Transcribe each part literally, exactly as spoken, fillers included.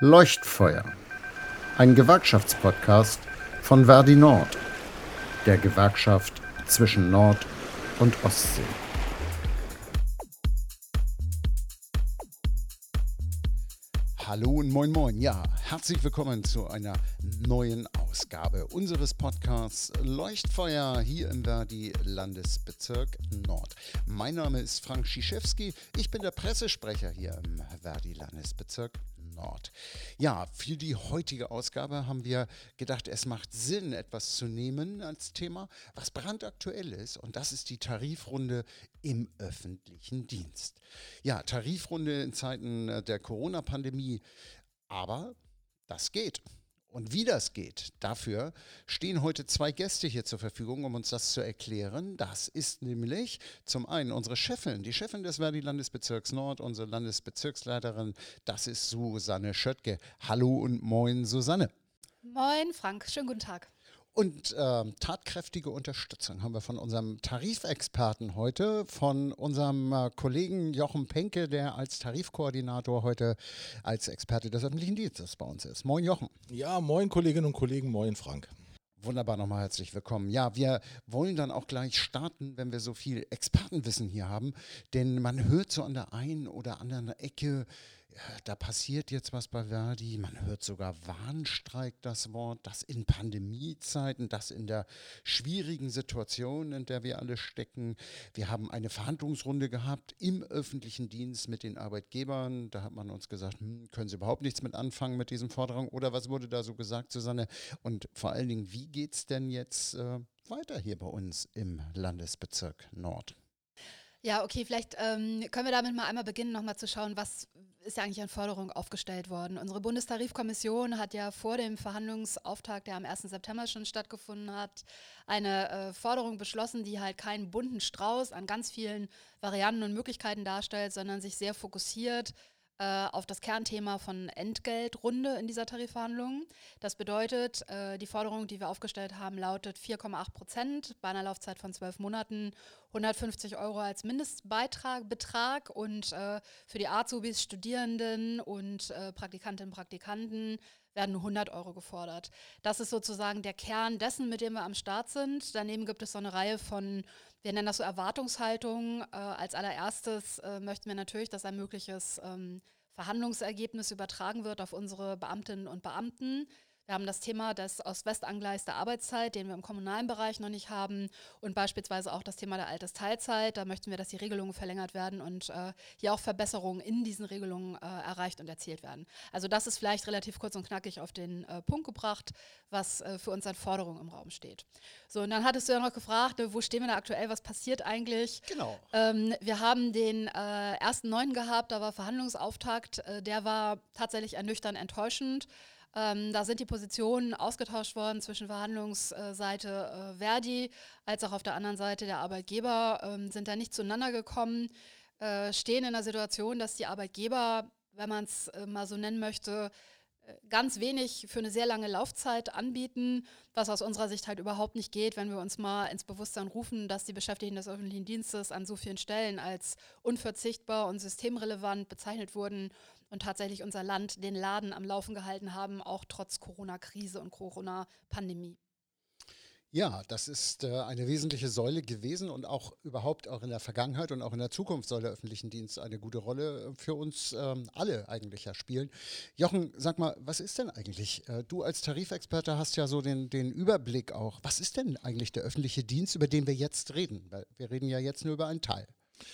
Leuchtfeuer, ein Gewerkschaftspodcast von Verdi Nord, der Gewerkschaft zwischen Nord- und Ostsee. Hallo und moin moin, ja, herzlich willkommen zu einer neuen Ausgabe unseres Podcasts Leuchtfeuer hier im Verdi Landesbezirk Nord. Mein Name ist Frank Schischewski, ich bin der Pressesprecher hier im Verdi Landesbezirk Nord. Ja, für die heutige Ausgabe haben wir gedacht, es macht Sinn, etwas zu nehmen als Thema, was brandaktuell ist, und das ist die Tarifrunde im öffentlichen Dienst. Ja, Tarifrunde in Zeiten der Corona-Pandemie, aber das geht. Und wie das geht, dafür stehen heute zwei Gäste hier zur Verfügung, um uns das zu erklären. Das ist nämlich zum einen unsere Chefin, die Chefin des Verdi Landesbezirks Nord, unsere Landesbezirksleiterin, das ist Susanne Schöttke. Hallo und moin, Susanne. Moin, Frank. Schönen guten Tag. Und ähm, tatkräftige Unterstützung haben wir von unserem Tarifexperten heute, von unserem äh, Kollegen Jochen Penke, der als Tarifkoordinator heute als Experte des öffentlichen Dienstes bei uns ist. Moin Jochen. Ja, moin Kolleginnen und Kollegen, moin Frank. Wunderbar, nochmal herzlich willkommen. Ja, wir wollen dann auch gleich starten, wenn wir so viel Expertenwissen hier haben, denn man hört so an der einen oder anderen Ecke, ja, da passiert jetzt was bei Verdi, man hört sogar Warnstreik, das Wort, das in Pandemiezeiten, das in der schwierigen Situation, in der wir alle stecken. Wir haben eine Verhandlungsrunde gehabt im öffentlichen Dienst mit den Arbeitgebern, da hat man uns gesagt, hm, können Sie überhaupt nichts mit anfangen mit diesen Forderungen, oder was wurde da so gesagt, Susanne? Und vor allen Dingen, wie geht es denn jetzt äh, weiter hier bei uns im Landesbezirk Nord? Ja, okay, vielleicht ähm, können wir damit mal einmal beginnen, nochmal zu schauen, was ist ja eigentlich an Forderungen aufgestellt worden. Unsere Bundestarifkommission hat ja vor dem Verhandlungsauftakt, der am ersten September schon stattgefunden hat, eine äh, Forderung beschlossen, die halt keinen bunten Strauß an ganz vielen Varianten und Möglichkeiten darstellt, sondern sich sehr fokussiert äh, auf das Kernthema von Entgeltrunde in dieser Tarifverhandlung. Das bedeutet, äh, die Forderung, die wir aufgestellt haben, lautet vier Komma acht Prozent bei einer Laufzeit von zwölf Monaten, hundertfünfzig Euro als Mindestbeitrag, Betrag, und äh, für die Azubis, Studierenden und äh, Praktikantinnen und Praktikanten werden hundert Euro gefordert. Das ist sozusagen der Kern dessen, mit dem wir am Start sind. Daneben gibt es so eine Reihe von, wir nennen das so Erwartungshaltung. Äh, als allererstes äh, möchten wir natürlich, dass ein mögliches ähm, Verhandlungsergebnis übertragen wird auf unsere Beamtinnen und Beamten. Wir haben das Thema des Ost-West-Angleichs der Arbeitszeit, den wir im kommunalen Bereich noch nicht haben, und beispielsweise auch das Thema der Altersteilzeit. Da möchten wir, dass die Regelungen verlängert werden und äh, hier auch Verbesserungen in diesen Regelungen äh, erreicht und erzielt werden. Also das ist vielleicht relativ kurz und knackig auf den äh, Punkt gebracht, was äh, für uns an Forderungen im Raum steht. So, und dann hattest du ja noch gefragt, ne, wo stehen wir da aktuell, was passiert eigentlich? Genau. Ähm, wir haben den äh, ersten Neunten gehabt, da war Verhandlungsauftakt, äh, der war tatsächlich ernüchternd enttäuschend. Ähm, da sind die Positionen ausgetauscht worden zwischen Verhandlungsseite äh, Verdi als auch auf der anderen Seite der Arbeitgeber, ähm, sind da nicht zueinander gekommen, äh, stehen in der Situation, dass die Arbeitgeber, wenn man es äh, mal so nennen möchte, äh, ganz wenig für eine sehr lange Laufzeit anbieten, was aus unserer Sicht halt überhaupt nicht geht, wenn wir uns mal ins Bewusstsein rufen, dass die Beschäftigten des öffentlichen Dienstes an so vielen Stellen als unverzichtbar und systemrelevant bezeichnet wurden und tatsächlich unser Land den Laden am Laufen gehalten haben, auch trotz Corona-Krise und Corona-Pandemie. Ja, das ist äh, eine wesentliche Säule gewesen und auch überhaupt auch in der Vergangenheit und auch in der Zukunft soll der öffentliche Dienst eine gute Rolle für uns ähm, alle eigentlich ja spielen. Jochen, sag mal, was ist denn eigentlich, äh, du als Tarifexperte hast ja so den, den Überblick auch, was ist denn eigentlich der öffentliche Dienst, über den wir jetzt reden? Weil wir reden ja jetzt nur über einen Teil.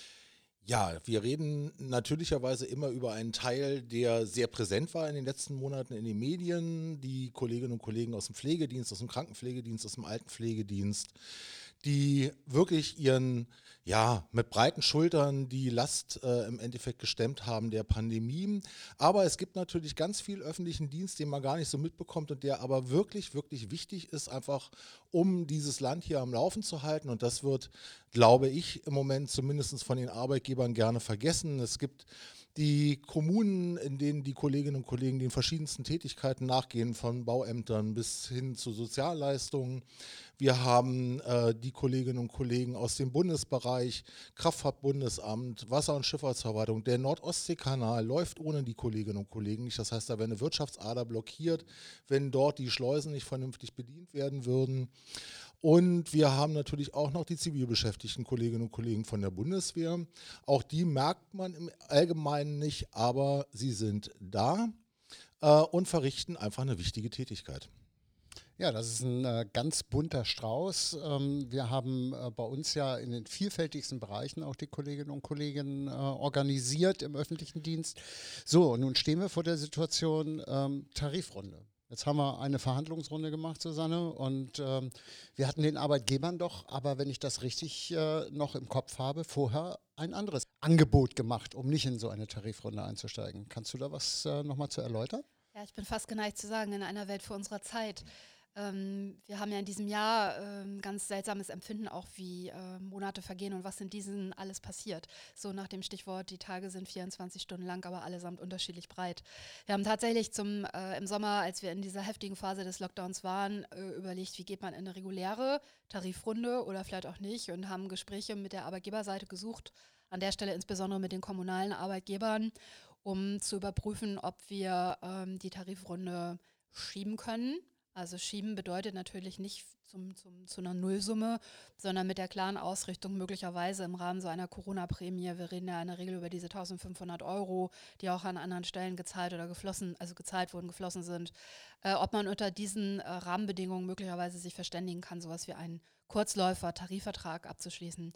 Ja, wir reden natürlicherweise immer über einen Teil, der sehr präsent war in den letzten Monaten in den Medien. Die Kolleginnen und Kollegen aus dem Pflegedienst, aus dem Krankenpflegedienst, aus dem Altenpflegedienst, die wirklich ihren, ja, mit breiten Schultern die Last äh, im Endeffekt gestemmt haben der Pandemie. Aber es gibt natürlich ganz viel öffentlichen Dienst, den man gar nicht so mitbekommt und der aber wirklich, wirklich wichtig ist, einfach um dieses Land hier am Laufen zu halten. Und das wird, glaube ich, im Moment zumindest von den Arbeitgebern gerne vergessen. Es gibt Die Kommunen, in denen die Kolleginnen und Kollegen den verschiedensten Tätigkeiten nachgehen, von Bauämtern bis hin zu Sozialleistungen. Wir haben äh, die Kolleginnen und Kollegen aus dem Bundesbereich, Kraftfahrtbundesamt, Wasser- und Schifffahrtsverwaltung. Der Nord-Ostsee-Kanal läuft ohne die Kolleginnen und Kollegen nicht. Das heißt, da wäre eine Wirtschaftsader blockiert, wenn dort die Schleusen nicht vernünftig bedient werden würden. Und wir haben natürlich auch noch die zivilbeschäftigten Kolleginnen und Kollegen von der Bundeswehr. Auch die merkt man im Allgemeinen nicht, aber sie sind da äh, und verrichten einfach eine wichtige Tätigkeit. Ja, das ist ein äh, ganz bunter Strauß. Ähm, wir haben äh, bei uns ja in den vielfältigsten Bereichen auch die Kolleginnen und Kollegen äh, organisiert im öffentlichen Dienst. So, und nun stehen wir vor der Situation ähm, Tarifrunde. Jetzt haben wir eine Verhandlungsrunde gemacht, Susanne, und ähm, wir hatten den Arbeitgebern doch, aber wenn ich das richtig äh, noch im Kopf habe, vorher ein anderes Angebot gemacht, um nicht in so eine Tarifrunde einzusteigen. Kannst du da was äh, nochmal zu erläutern? Ja, ich bin fast geneigt zu sagen, in einer Welt vor unserer Zeit. Ähm, wir haben ja in diesem Jahr ein ähm, ganz seltsames Empfinden, auch wie äh, Monate vergehen und was in diesen alles passiert. So nach dem Stichwort, die Tage sind vierundzwanzig Stunden lang, aber allesamt unterschiedlich breit. Wir haben tatsächlich zum, äh, im Sommer, als wir in dieser heftigen Phase des Lockdowns waren, äh, überlegt, wie geht man in eine reguläre Tarifrunde oder vielleicht auch nicht, und haben Gespräche mit der Arbeitgeberseite gesucht, an der Stelle insbesondere mit den kommunalen Arbeitgebern, um zu überprüfen, ob wir ähm, die Tarifrunde schieben können. Also schieben bedeutet natürlich nicht zum, zum, zu einer Nullsumme, sondern mit der klaren Ausrichtung möglicherweise im Rahmen so einer Corona-Prämie. Wir reden ja in der Regel über diese eintausendfünfhundert Euro, die auch an anderen Stellen gezahlt oder geflossen, also gezahlt wurden, geflossen sind. Äh, ob man unter diesen äh, Rahmenbedingungen möglicherweise sich verständigen kann, sowas wie einen Kurzläufer-Tarifvertrag abzuschließen.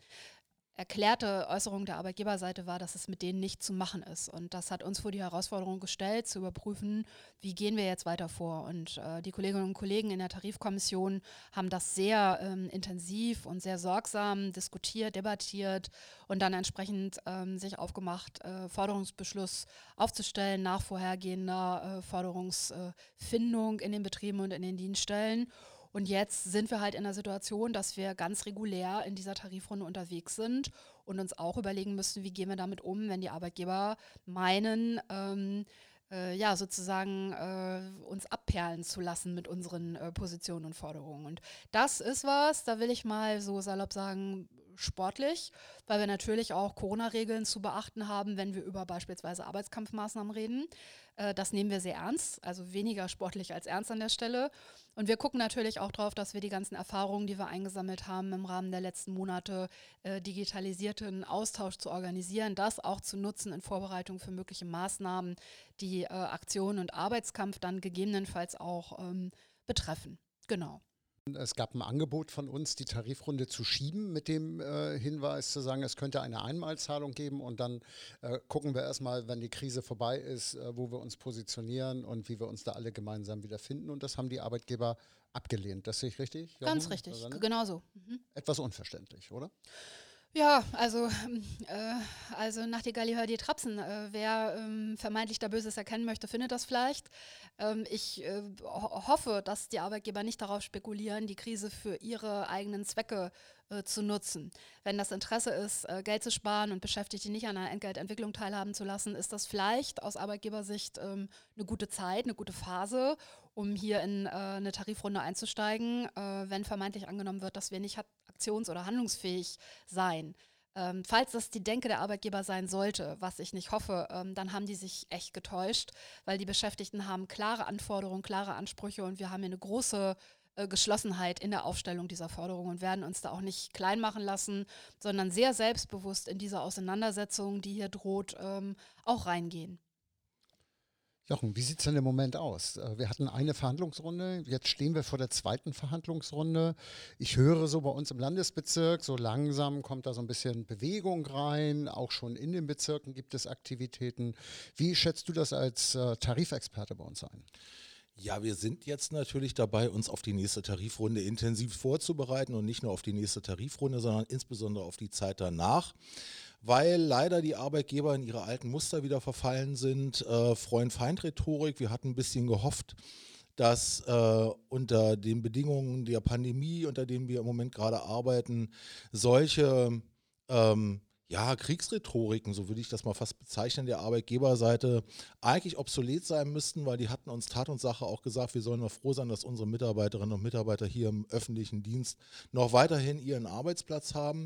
Erklärte Äußerung der Arbeitgeberseite war, dass es mit denen nicht zu machen ist. Und das hat uns vor die Herausforderung gestellt, zu überprüfen, wie gehen wir jetzt weiter vor. Und äh, die Kolleginnen und Kollegen in der Tarifkommission haben das sehr ähm, intensiv und sehr sorgsam diskutiert, debattiert und dann entsprechend ähm, sich aufgemacht, äh, Forderungsbeschluss aufzustellen nach vorhergehender äh, Forderungsfindung in den Betrieben und in den Dienststellen. Und jetzt sind wir halt in der Situation, dass wir ganz regulär in dieser Tarifrunde unterwegs sind und uns auch überlegen müssen, wie gehen wir damit um, wenn die Arbeitgeber meinen, ähm, äh, ja, sozusagen äh, uns abperlen zu lassen mit unseren äh, Positionen und Forderungen. Und das ist was, da will ich mal so salopp sagen, sportlich, weil wir natürlich auch Corona-Regeln zu beachten haben, wenn wir über beispielsweise Arbeitskampfmaßnahmen reden. Äh, das nehmen wir sehr ernst, also weniger sportlich als ernst an der Stelle. Und wir gucken natürlich auch darauf, dass wir die ganzen Erfahrungen, die wir eingesammelt haben, im Rahmen der letzten Monate äh, digitalisierten Austausch zu organisieren, das auch zu nutzen in Vorbereitung für mögliche Maßnahmen, die äh, Aktion und Arbeitskampf dann gegebenenfalls auch ähm, betreffen. Genau. Es gab ein Angebot von uns, die Tarifrunde zu schieben, mit dem äh, Hinweis zu sagen, es könnte eine Einmalzahlung geben und dann äh, gucken wir erstmal, wenn die Krise vorbei ist, äh, wo wir uns positionieren und wie wir uns da alle gemeinsam wiederfinden. Und das haben die Arbeitgeber abgelehnt. Das sehe ich richtig? Jochen? Ganz richtig, Susanne? Genau so. Mhm. Etwas unverständlich, oder? Ja, also, äh, also Nachtigalli hört die Trapsen. Äh, wer ähm, vermeintlich da Böses erkennen möchte, findet das vielleicht. Ähm, ich äh, ho- hoffe, dass die Arbeitgeber nicht darauf spekulieren, die Krise für ihre eigenen Zwecke äh, zu nutzen. Wenn das Interesse ist, äh, Geld zu sparen und Beschäftigte nicht an einer Entgeltentwicklung teilhaben zu lassen, ist das vielleicht aus Arbeitgebersicht ähm, eine gute Zeit, eine gute Phase, um hier in äh, eine Tarifrunde einzusteigen, äh, wenn vermeintlich angenommen wird, dass wir nicht hat- aktions- oder handlungsfähig sein. Ähm, falls das die Denke der Arbeitgeber sein sollte, was ich nicht hoffe, ähm, dann haben die sich echt getäuscht, weil die Beschäftigten haben klare Anforderungen, klare Ansprüche und wir haben hier eine große äh, Geschlossenheit in der Aufstellung dieser Forderungen und werden uns da auch nicht klein machen lassen, sondern sehr selbstbewusst in diese Auseinandersetzung, die hier droht, ähm, auch reingehen. Jochen, wie sieht es denn im Moment aus? Äh, Wir hatten eine Verhandlungsrunde, jetzt stehen wir vor der zweiten Verhandlungsrunde. Ich höre so bei uns im Landesbezirk, so langsam kommt da so ein bisschen Bewegung rein, auch schon in den Bezirken gibt es Aktivitäten. Wie schätzt du das als äh, Tarifexperte bei uns ein? Ja, wir sind jetzt natürlich dabei, uns auf die nächste Tarifrunde intensiv vorzubereiten und nicht nur auf die nächste Tarifrunde, sondern insbesondere auf die Zeit danach, weil leider die Arbeitgeber in ihre alten Muster wieder verfallen sind. Äh, Freund-Feind-Rhetorik. Wir hatten ein bisschen gehofft, dass äh, unter den Bedingungen der Pandemie, unter denen wir im Moment gerade arbeiten, solche ähm, ja, Kriegsrhetoriken, so würde ich das mal fast bezeichnen, der Arbeitgeberseite eigentlich obsolet sein müssten, weil die hatten uns Tat und Sache auch gesagt, wir sollen noch froh sein, dass unsere Mitarbeiterinnen und Mitarbeiter hier im öffentlichen Dienst noch weiterhin ihren Arbeitsplatz haben.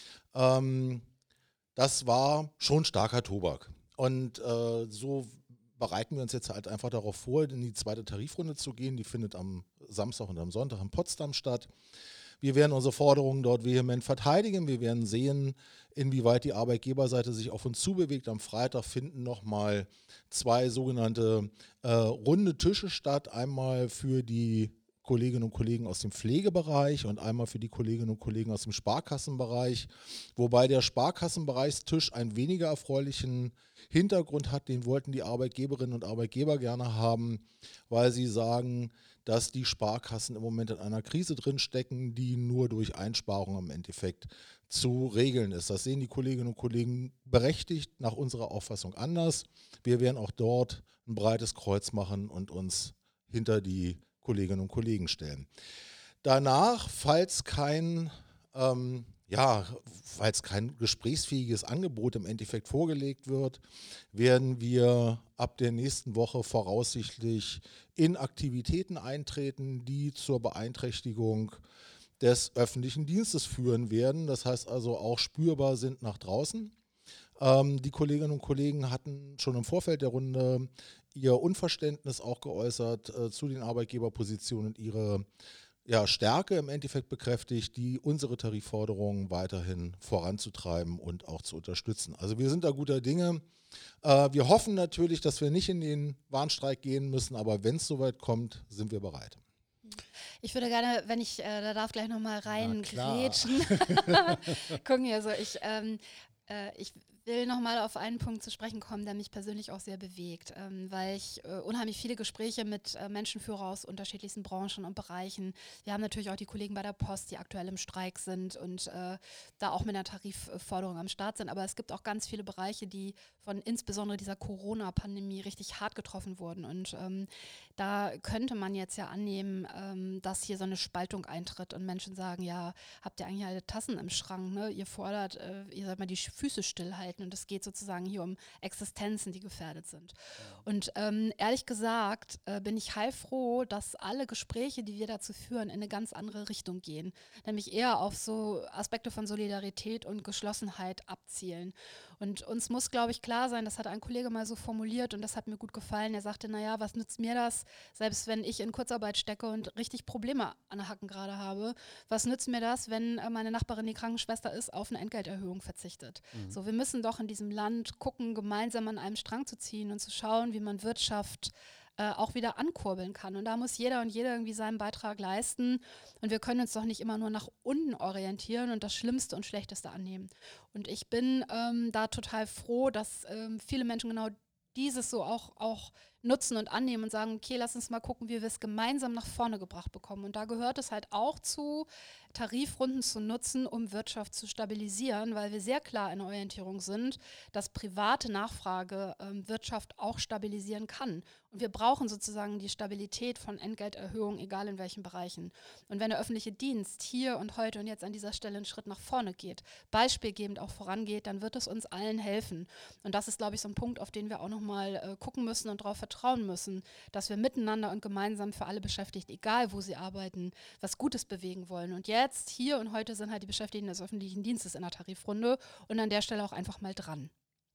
Ähm, das war schon starker Tobak. Und äh, so bereiten wir uns jetzt halt einfach darauf vor, in die zweite Tarifrunde zu gehen. Die findet am Samstag und am Sonntag in Potsdam statt. Wir werden unsere Forderungen dort vehement verteidigen. Wir werden sehen, inwieweit die Arbeitgeberseite sich auf uns zubewegt. Am Freitag finden nochmal zwei sogenannte äh, runde Tische statt. Einmal für die Kolleginnen und Kollegen aus dem Pflegebereich und einmal für die Kolleginnen und Kollegen aus dem Sparkassenbereich. Wobei der Sparkassenbereichstisch einen weniger erfreulichen Hintergrund hat. Den wollten die Arbeitgeberinnen und Arbeitgeber gerne haben, weil sie sagen, dass die Sparkassen im Moment in einer Krise drinstecken, die nur durch Einsparungen im Endeffekt zu regeln ist. Das sehen die Kolleginnen und Kollegen berechtigt nach unserer Auffassung anders. Wir werden auch dort ein breites Kreuz machen und uns hinter die Kolleginnen und Kollegen stellen. Danach, falls kein ähm, ja, falls kein gesprächsfähiges Angebot im Endeffekt vorgelegt wird, werden wir ab der nächsten Woche voraussichtlich in Aktivitäten eintreten, die zur Beeinträchtigung des öffentlichen Dienstes führen werden. Das heißt also auch spürbar sind nach draußen. Ähm, die Kolleginnen und Kollegen hatten schon im Vorfeld der Runde ihr Unverständnis auch geäußert äh, zu den Arbeitgeberpositionen und ihre ja, Stärke im Endeffekt bekräftigt, die unsere Tarifforderungen weiterhin voranzutreiben und auch zu unterstützen. Also wir sind da guter Dinge. Äh, wir hoffen natürlich, dass wir nicht in den Warnstreik gehen müssen, aber wenn es soweit kommt, sind wir bereit. Ich würde gerne, wenn ich, äh, da darf gleich nochmal reingrätschen, gucken hier so, ich, ähm, äh, ich will nochmal auf einen Punkt zu sprechen kommen, der mich persönlich auch sehr bewegt, ähm, weil ich äh, unheimlich viele Gespräche mit äh, Menschenführern aus unterschiedlichsten Branchen und Bereichen. Wir haben natürlich auch die Kollegen bei der Post, die aktuell im Streik sind und äh, da auch mit einer Tarifforderung am Start sind. Aber es gibt auch ganz viele Bereiche, die von insbesondere dieser Corona-Pandemie richtig hart getroffen wurden. Und ähm, da könnte man jetzt ja annehmen, ähm, dass hier so eine Spaltung eintritt und Menschen sagen, ja, habt ihr eigentlich alle Tassen im Schrank, ne? Ihr fordert, äh, ihr sollt mal die Füße stillhalten. Und es geht sozusagen hier um Existenzen, die gefährdet sind. Ja. Und ähm, ehrlich gesagt äh, bin ich heilfroh, dass alle Gespräche, die wir dazu führen, in eine ganz andere Richtung gehen. Nämlich eher auf so Aspekte von Solidarität und Geschlossenheit abzielen. Und uns muss, glaube ich, klar sein, das hat ein Kollege mal so formuliert und das hat mir gut gefallen. Er sagte, naja, was nützt mir das, selbst wenn ich in Kurzarbeit stecke und richtig Probleme an der Hacken gerade habe, was nützt mir das, wenn meine Nachbarin, die Krankenschwester ist, auf eine Entgelterhöhung verzichtet? Mhm. So, wir müssen doch in diesem Land gucken, gemeinsam an einem Strang zu ziehen und zu schauen, wie man Wirtschaft äh, auch wieder ankurbeln kann. Und da muss jeder und jede irgendwie seinen Beitrag leisten. Und wir können uns doch nicht immer nur nach unten orientieren und das Schlimmste und Schlechteste annehmen. Und ich bin ähm, da total froh, dass ähm, viele Menschen genau dieses so auch, auch nutzen und annehmen und sagen, okay, lass uns mal gucken, wie wir es gemeinsam nach vorne gebracht bekommen. Und da gehört es halt auch zu, Tarifrunden zu nutzen, um Wirtschaft zu stabilisieren, weil wir sehr klar in der Orientierung sind, dass private Nachfrage ähm, Wirtschaft auch stabilisieren kann. Und wir brauchen sozusagen die Stabilität von Entgelterhöhungen, egal in welchen Bereichen. Und wenn der öffentliche Dienst hier und heute und jetzt an dieser Stelle einen Schritt nach vorne geht, beispielgebend auch vorangeht, dann wird es uns allen helfen. Und das ist, glaube ich, so ein Punkt, auf den wir auch nochmal äh, gucken müssen und darauf vertrauen müssen, dass wir miteinander und gemeinsam für alle Beschäftigten, egal wo sie arbeiten, was Gutes bewegen wollen. Und jetzt, hier und heute sind halt die Beschäftigten des öffentlichen Dienstes in der Tarifrunde und an der Stelle auch einfach mal dran.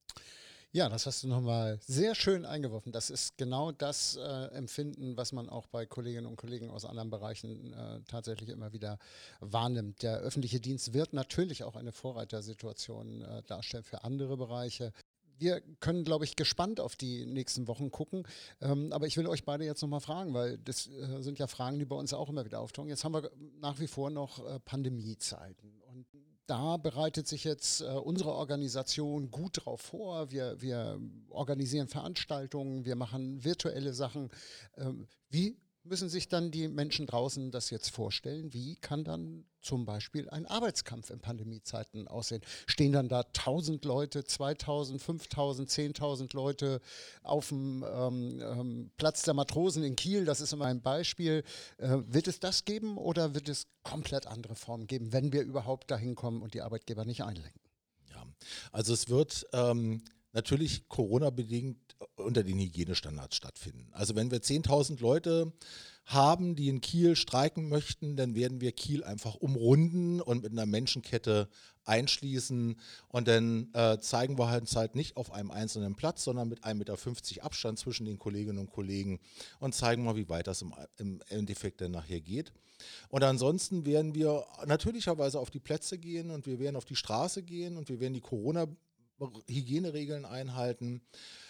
Ja, das hast du nochmal sehr schön eingeworfen. Das ist genau das äh, Empfinden, was man auch bei Kolleginnen und Kollegen aus anderen Bereichen äh, tatsächlich immer wieder wahrnimmt. Der öffentliche Dienst wird natürlich auch eine Vorreitersituation äh, darstellen für andere Bereiche. Wir können, glaube ich, gespannt auf die nächsten Wochen gucken. Ähm, aber ich will euch beide jetzt nochmal fragen, weil das äh, sind ja Fragen, die bei uns auch immer wieder auftauchen. Jetzt haben wir nach wie vor noch äh, Pandemiezeiten. Und da bereitet sich jetzt äh, unsere Organisation gut drauf vor. Wir, wir organisieren Veranstaltungen, wir machen virtuelle Sachen. Ähm, wie müssen sich dann die Menschen draußen das jetzt vorstellen? Wie kann dann zum Beispiel ein Arbeitskampf in Pandemiezeiten aussehen? Stehen dann da tausend Leute, zweitausend, fünftausend, zehntausend Leute auf dem ähm, ähm, Platz der Matrosen in Kiel? Das ist immer ein Beispiel. Äh, wird es das geben oder wird es komplett andere Formen geben, wenn wir überhaupt dahin kommen und die Arbeitgeber nicht einlenken? Ja, Also es wird ähm, natürlich Corona-bedingt unter den Hygienestandards stattfinden. Also wenn wir zehntausend Leute haben, die in Kiel streiken möchten, dann werden wir Kiel einfach umrunden und mit einer Menschenkette einschließen und dann äh, zeigen wir halt halt nicht auf einem einzelnen Platz, sondern mit einem Meter fünfzig Abstand zwischen den Kolleginnen und Kollegen und zeigen mal, wie weit das im, im Endeffekt dann nachher geht. Und ansonsten werden wir natürlicherweise auf die Plätze gehen und wir werden auf die Straße gehen und wir werden die Corona-Hygieneregeln einhalten,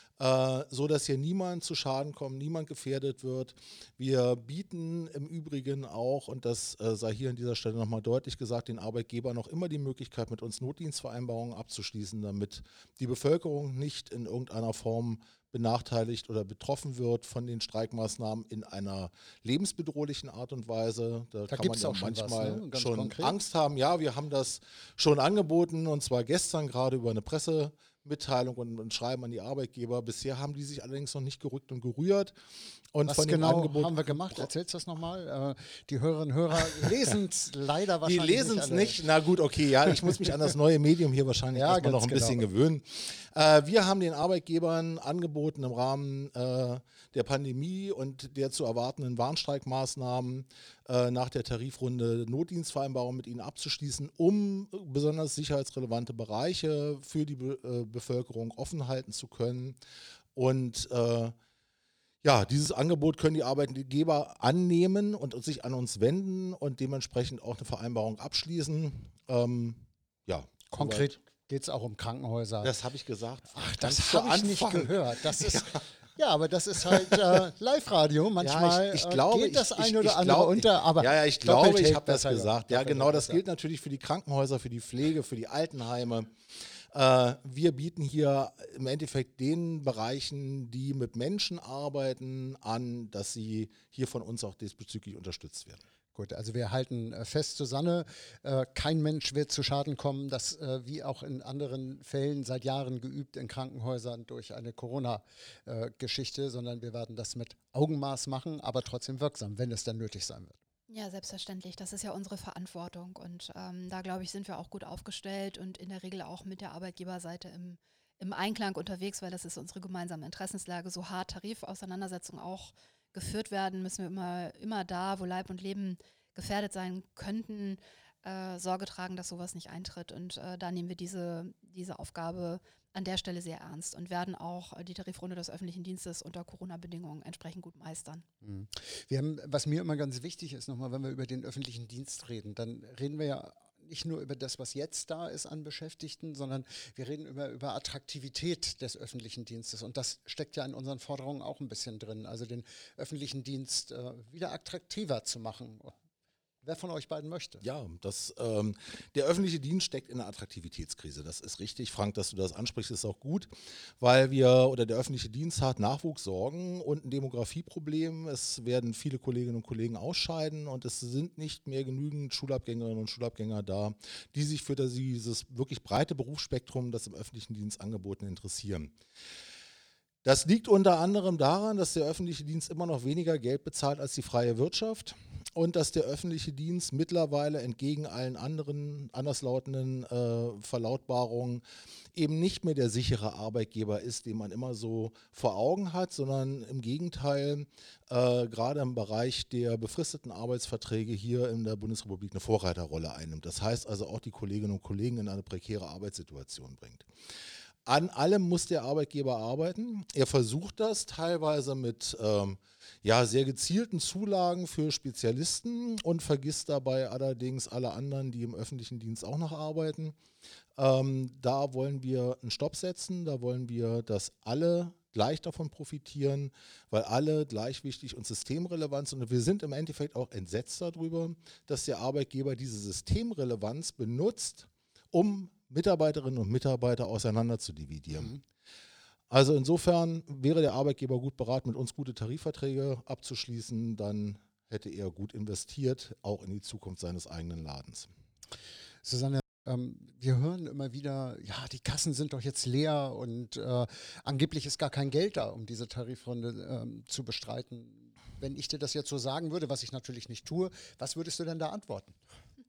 äh, so dass hier niemand zu Schaden kommt, niemand gefährdet wird. Wir bieten im Übrigen auch, und das äh, sei hier an dieser Stelle nochmal deutlich gesagt, den Arbeitgebern noch immer die Möglichkeit, mit uns Notdienstvereinbarungen abzuschließen, damit die Bevölkerung nicht in irgendeiner Form benachteiligt oder betroffen wird von den Streikmaßnahmen in einer lebensbedrohlichen Art und Weise. Da, Da kann man gibt's ja auch schon manchmal was, ne? Ganz schon konkret. Angst haben. Ja, wir haben das schon angeboten und zwar gestern gerade über eine Pressemitteilung und ein Schreiben an die Arbeitgeber. Bisher haben die sich allerdings noch nicht gerückt und gerührt. Und Was von dem genau Angebot haben wir gemacht? Erzählst du das nochmal? Äh, die Hörerinnen und Hörer lesen es leider Die wahrscheinlich lesen es alle. nicht. Na gut, okay, ja, ich muss mich an das neue Medium hier wahrscheinlich Ja, erstmal noch ganz ein bisschen genau. gewöhnen. Äh, wir haben den Arbeitgebern angeboten, im Rahmen äh, der Pandemie und der zu erwartenden Warnstreikmaßnahmen äh, nach der Tarifrunde Notdienstvereinbarungen mit ihnen abzuschließen, um besonders sicherheitsrelevante Bereiche für die Be äh, Bevölkerung offen halten zu können. Und äh, ja, dieses Angebot können die Arbeitgeber annehmen und sich an uns wenden und dementsprechend auch eine Vereinbarung abschließen. Ähm, ja, Konkret geht es auch um Krankenhäuser. soweit. Das habe ich gesagt. Ach, Ganz das zu habe ich nicht Anfang. gehört. Das ist, ja. aber das ist halt äh, Live-Radio. Manchmal ja, ich, ich äh, glaube, geht das ich, ein ich, oder ich andere glaub, unter. Aber ja, ja, ich doppelt glaube, ich hält habe das besser, gesagt. Ja, doppelt genau, hält das besser. gilt natürlich für die Krankenhäuser, für die Pflege, für die Altenheime. Äh, wir bieten hier im Endeffekt den Bereichen, die mit Menschen arbeiten, an, dass sie hier von uns auch diesbezüglich unterstützt werden. Gut, also wir halten äh, fest, Susanne, äh, kein Mensch wird zu Schaden kommen, das äh, wie auch in anderen Fällen seit Jahren geübt in Krankenhäusern durch eine Corona-Geschichte, äh, sondern wir werden das mit Augenmaß machen, aber trotzdem wirksam, wenn es dann nötig sein wird. Ja, selbstverständlich. Das ist ja unsere Verantwortung. Und ähm, da, glaube ich, sind wir auch gut aufgestellt und in der Regel auch mit der Arbeitgeberseite im, im Einklang unterwegs, weil das ist unsere gemeinsame Interessenslage. So hart Tarifauseinandersetzungen auch geführt werden, müssen wir immer, immer da, wo Leib und Leben gefährdet sein könnten, äh, Sorge tragen, dass sowas nicht eintritt. Und äh, da nehmen wir diese, diese Aufgabe an der Stelle sehr ernst und werden auch die Tarifrunde des öffentlichen Dienstes unter Corona-Bedingungen entsprechend gut meistern. Wir haben, was mir immer ganz wichtig ist, nochmal, wenn wir über den öffentlichen Dienst reden, dann reden wir ja nicht nur über das, was jetzt da ist an Beschäftigten, sondern wir reden über, über Attraktivität des öffentlichen Dienstes. Und das steckt ja in unseren Forderungen auch ein bisschen drin. Also den öffentlichen Dienst äh, wieder attraktiver zu machen. Wer von euch beiden möchte? Ja, das, ähm, der öffentliche Dienst steckt in einer Attraktivitätskrise. Das ist richtig, Frank, dass du das ansprichst, ist auch gut, weil wir oder der öffentliche Dienst hat Nachwuchssorgen und ein Demografieproblem. Es werden viele Kolleginnen und Kollegen ausscheiden und es sind nicht mehr genügend Schulabgängerinnen und Schulabgänger da, die sich für das, dieses wirklich breite Berufsspektrum, das im öffentlichen Dienst angeboten, interessieren. Das liegt unter anderem daran, dass der öffentliche Dienst immer noch weniger Geld bezahlt als die freie Wirtschaft und dass der öffentliche Dienst mittlerweile entgegen allen anderen anderslautenden äh, Verlautbarungen eben nicht mehr der sichere Arbeitgeber ist, den man immer so vor Augen hat, sondern im Gegenteil äh, gerade im Bereich der befristeten Arbeitsverträge hier in der Bundesrepublik eine Vorreiterrolle einnimmt. Das heißt also auch die Kolleginnen und Kollegen in eine prekäre Arbeitssituation bringt. An allem muss der Arbeitgeber arbeiten. Er versucht das teilweise mit ähm, ja, sehr gezielten Zulagen für Spezialisten und vergisst dabei allerdings alle anderen, die im öffentlichen Dienst auch noch arbeiten. Ähm, da wollen wir einen Stopp setzen, da wollen wir, dass alle gleich davon profitieren, weil alle gleich wichtig und systemrelevant sind. Und wir sind im Endeffekt auch entsetzt darüber, dass der Arbeitgeber diese Systemrelevanz benutzt, um Mitarbeiterinnen und Mitarbeiter auseinander zu dividieren. Mhm. Also insofern wäre der Arbeitgeber gut beraten, mit uns gute Tarifverträge abzuschließen, dann hätte er gut investiert, auch in die Zukunft seines eigenen Ladens. Susanne, ähm, wir hören immer wieder, ja, die Kassen sind doch jetzt leer und äh, angeblich ist gar kein Geld da, um diese Tarifrunde ähm, zu bestreiten. Wenn ich dir das jetzt so sagen würde, was ich natürlich nicht tue, was würdest du denn da antworten?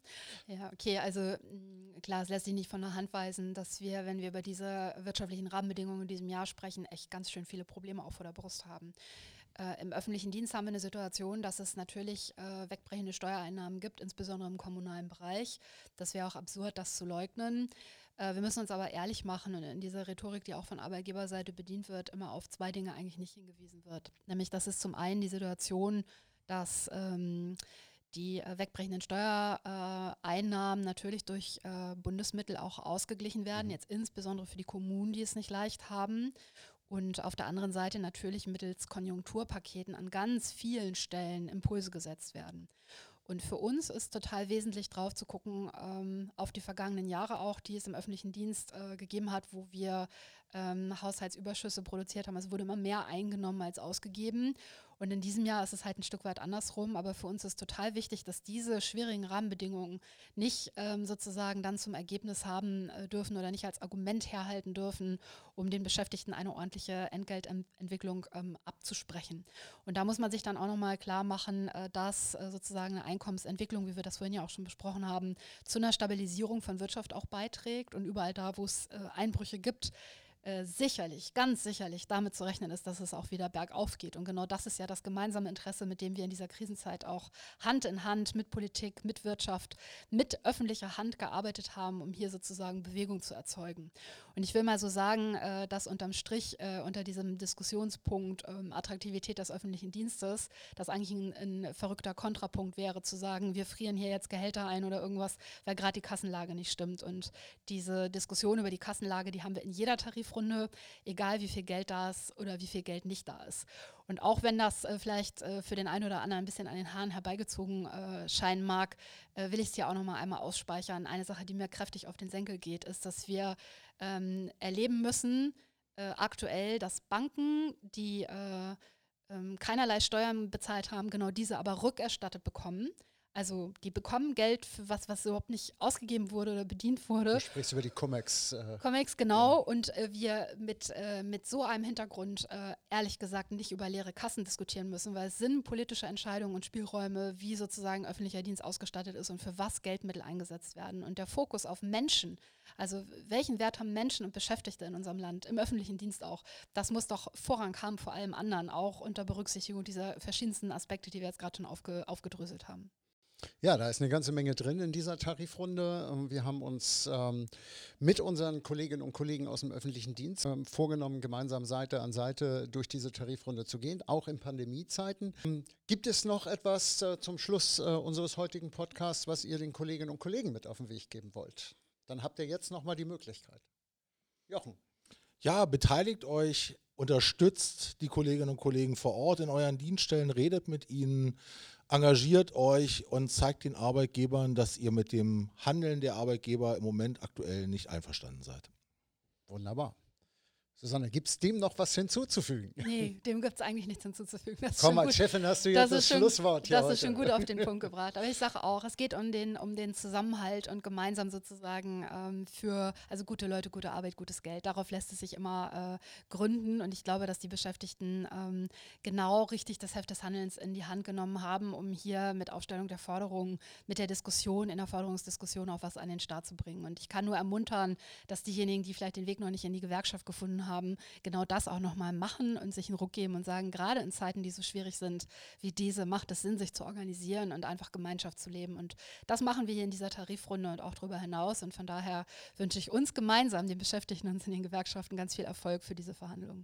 Ja, okay, also mh, klar, es lässt sich nicht von der Hand weisen, dass wir, wenn wir über diese wirtschaftlichen Rahmenbedingungen in diesem Jahr sprechen, echt ganz schön viele Probleme auch vor der Brust haben. Äh, Im öffentlichen Dienst haben wir eine Situation, dass es natürlich äh, wegbrechende Steuereinnahmen gibt, insbesondere im kommunalen Bereich. Das wäre auch absurd, das zu leugnen. Äh, wir müssen uns aber ehrlich machen und in dieser Rhetorik, die auch von Arbeitgeberseite bedient wird, immer auf zwei Dinge eigentlich nicht hingewiesen wird. Nämlich, das ist zum einen die Situation, dass ähm, die äh, wegbrechenden Steuereinnahmen äh, natürlich durch äh, Bundesmittel auch ausgeglichen werden, Mhm. jetzt insbesondere für die Kommunen, die es nicht leicht haben. Und auf der anderen Seite natürlich mittels Konjunkturpaketen an ganz vielen Stellen Impulse gesetzt werden. Und für uns ist total wesentlich drauf zu gucken, ähm, auf die vergangenen Jahre auch, die es im öffentlichen Dienst äh, gegeben hat, wo wir ähm, Haushaltsüberschüsse produziert haben. Es wurde immer mehr eingenommen als ausgegeben. Und in diesem Jahr ist es halt ein Stück weit andersrum. Aber für uns ist total wichtig, dass diese schwierigen Rahmenbedingungen nicht ähm, sozusagen dann zum Ergebnis haben äh, dürfen oder nicht als Argument herhalten dürfen, um den Beschäftigten eine ordentliche Entgeltentwicklung ähm, abzusprechen. Und da muss man sich dann auch nochmal klar machen, äh, dass äh, sozusagen eine Einkommensentwicklung, wie wir das vorhin ja auch schon besprochen haben, zu einer Stabilisierung von Wirtschaft auch beiträgt. Und überall da, wo es äh, Einbrüche gibt, Äh, sicherlich, ganz sicherlich damit zu rechnen ist, dass es auch wieder bergauf geht. Und genau das ist ja das gemeinsame Interesse, mit dem wir in dieser Krisenzeit auch Hand in Hand mit Politik, mit Wirtschaft, mit öffentlicher Hand gearbeitet haben, um hier sozusagen Bewegung zu erzeugen. Und ich will mal so sagen, äh, dass unterm Strich äh, unter diesem Diskussionspunkt ähm, Attraktivität des öffentlichen Dienstes, das eigentlich ein, ein verrückter Kontrapunkt wäre, zu sagen, wir frieren hier jetzt Gehälter ein oder irgendwas, weil gerade die Kassenlage nicht stimmt. Und diese Diskussion über die Kassenlage, die haben wir in jeder Tarifrunde, egal wie viel Geld da ist oder wie viel Geld nicht da ist. Und auch wenn das äh, vielleicht äh, für den einen oder anderen ein bisschen an den Haaren herbeigezogen äh, scheinen mag, äh, will ich es hier auch noch mal einmal ausspeichern. Eine Sache, die mir kräftig auf den Senkel geht, ist, dass wir ähm, erleben müssen, äh, aktuell, dass Banken, die äh, ähm, keinerlei Steuern bezahlt haben, genau diese aber rückerstattet bekommen. Also die bekommen Geld für was, was überhaupt nicht ausgegeben wurde oder bedient wurde. Du sprichst über die Cum-Ex. Äh, Comex, genau. Ja. Und äh, wir mit, äh, mit so einem Hintergrund äh, ehrlich gesagt nicht über leere Kassen diskutieren müssen, weil es sind politische Entscheidungen und Spielräume, wie sozusagen öffentlicher Dienst ausgestattet ist und für was Geldmittel eingesetzt werden. Und der Fokus auf Menschen, also welchen Wert haben Menschen und Beschäftigte in unserem Land, im öffentlichen Dienst auch, das muss doch Vorrang haben vor allem anderen, auch unter Berücksichtigung dieser verschiedensten Aspekte, die wir jetzt gerade schon aufge, aufgedröselt haben. Ja, da ist eine ganze Menge drin in dieser Tarifrunde. Wir haben uns ähm, mit unseren Kolleginnen und Kollegen aus dem öffentlichen Dienst ähm, vorgenommen, gemeinsam Seite an Seite durch diese Tarifrunde zu gehen, auch in Pandemiezeiten. Ähm, gibt es noch etwas äh, zum Schluss äh, unseres heutigen Podcasts, was ihr den Kolleginnen und Kollegen mit auf den Weg geben wollt? Dann habt ihr jetzt nochmal die Möglichkeit. Jochen. Ja, beteiligt euch, unterstützt die Kolleginnen und Kollegen vor Ort in euren Dienststellen, redet mit ihnen, engagiert euch und zeigt den Arbeitgebern, dass ihr mit dem Handeln der Arbeitgeber im Moment aktuell nicht einverstanden seid. Wunderbar. Susanne, gibt es dem noch was hinzuzufügen? Nee, dem gibt es eigentlich nichts hinzuzufügen. Das Komm, als Chefin hast du jetzt das, das schon, Schlusswort hier Das heute. ist schon gut auf den Punkt gebracht. Aber ich sage auch, es geht um den, um den Zusammenhalt und gemeinsam sozusagen ähm, für, also gute Leute, gute Arbeit, gutes Geld. Darauf lässt es sich immer äh, gründen. Und ich glaube, dass die Beschäftigten ähm, genau richtig das Heft des Handelns in die Hand genommen haben, um hier mit Aufstellung der Forderungen, mit der Diskussion, in der Forderungsdiskussion auch was an den Start zu bringen. Und ich kann nur ermuntern, dass diejenigen, die vielleicht den Weg noch nicht in die Gewerkschaft gefunden haben, haben, genau das auch nochmal machen und sich einen Ruck geben und sagen, gerade in Zeiten, die so schwierig sind wie diese, macht es Sinn, sich zu organisieren und einfach Gemeinschaft zu leben. Und das machen wir hier in dieser Tarifrunde und auch darüber hinaus. Und von daher wünsche ich uns gemeinsam, den Beschäftigten und in den Gewerkschaften, ganz viel Erfolg für diese Verhandlungen.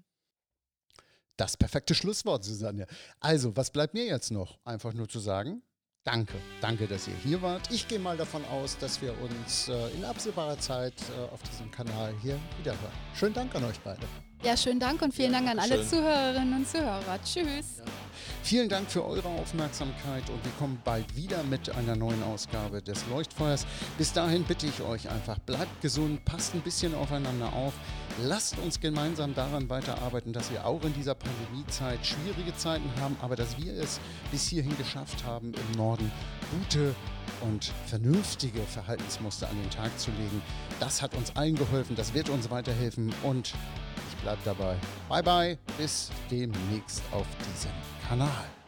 Das perfekte Schlusswort, Susanne. Also, was bleibt mir jetzt noch? Einfach nur zu sagen, danke. Danke, dass ihr hier wart. Ich gehe mal davon aus, dass wir uns äh, in absehbarer Zeit äh, auf diesem Kanal hier wiederhören. Schönen Dank an euch beide. Ja, schönen Dank und vielen ja, Dank an alle schön. Zuhörerinnen und Zuhörer. Tschüss. Ja. Vielen Dank für eure Aufmerksamkeit und wir kommen bald wieder mit einer neuen Ausgabe des Leuchtfeuers. Bis dahin bitte ich euch einfach, bleibt gesund, passt ein bisschen aufeinander auf. Lasst uns gemeinsam daran weiterarbeiten, dass wir auch in dieser Pandemiezeit schwierige Zeiten haben, aber dass wir es bis hierhin geschafft haben, im Norden gute und vernünftige Verhaltensmuster an den Tag zu legen. Das hat uns allen geholfen, das wird uns weiterhelfen und ich bleibe dabei. Bye bye, bis demnächst auf diesem Kanal.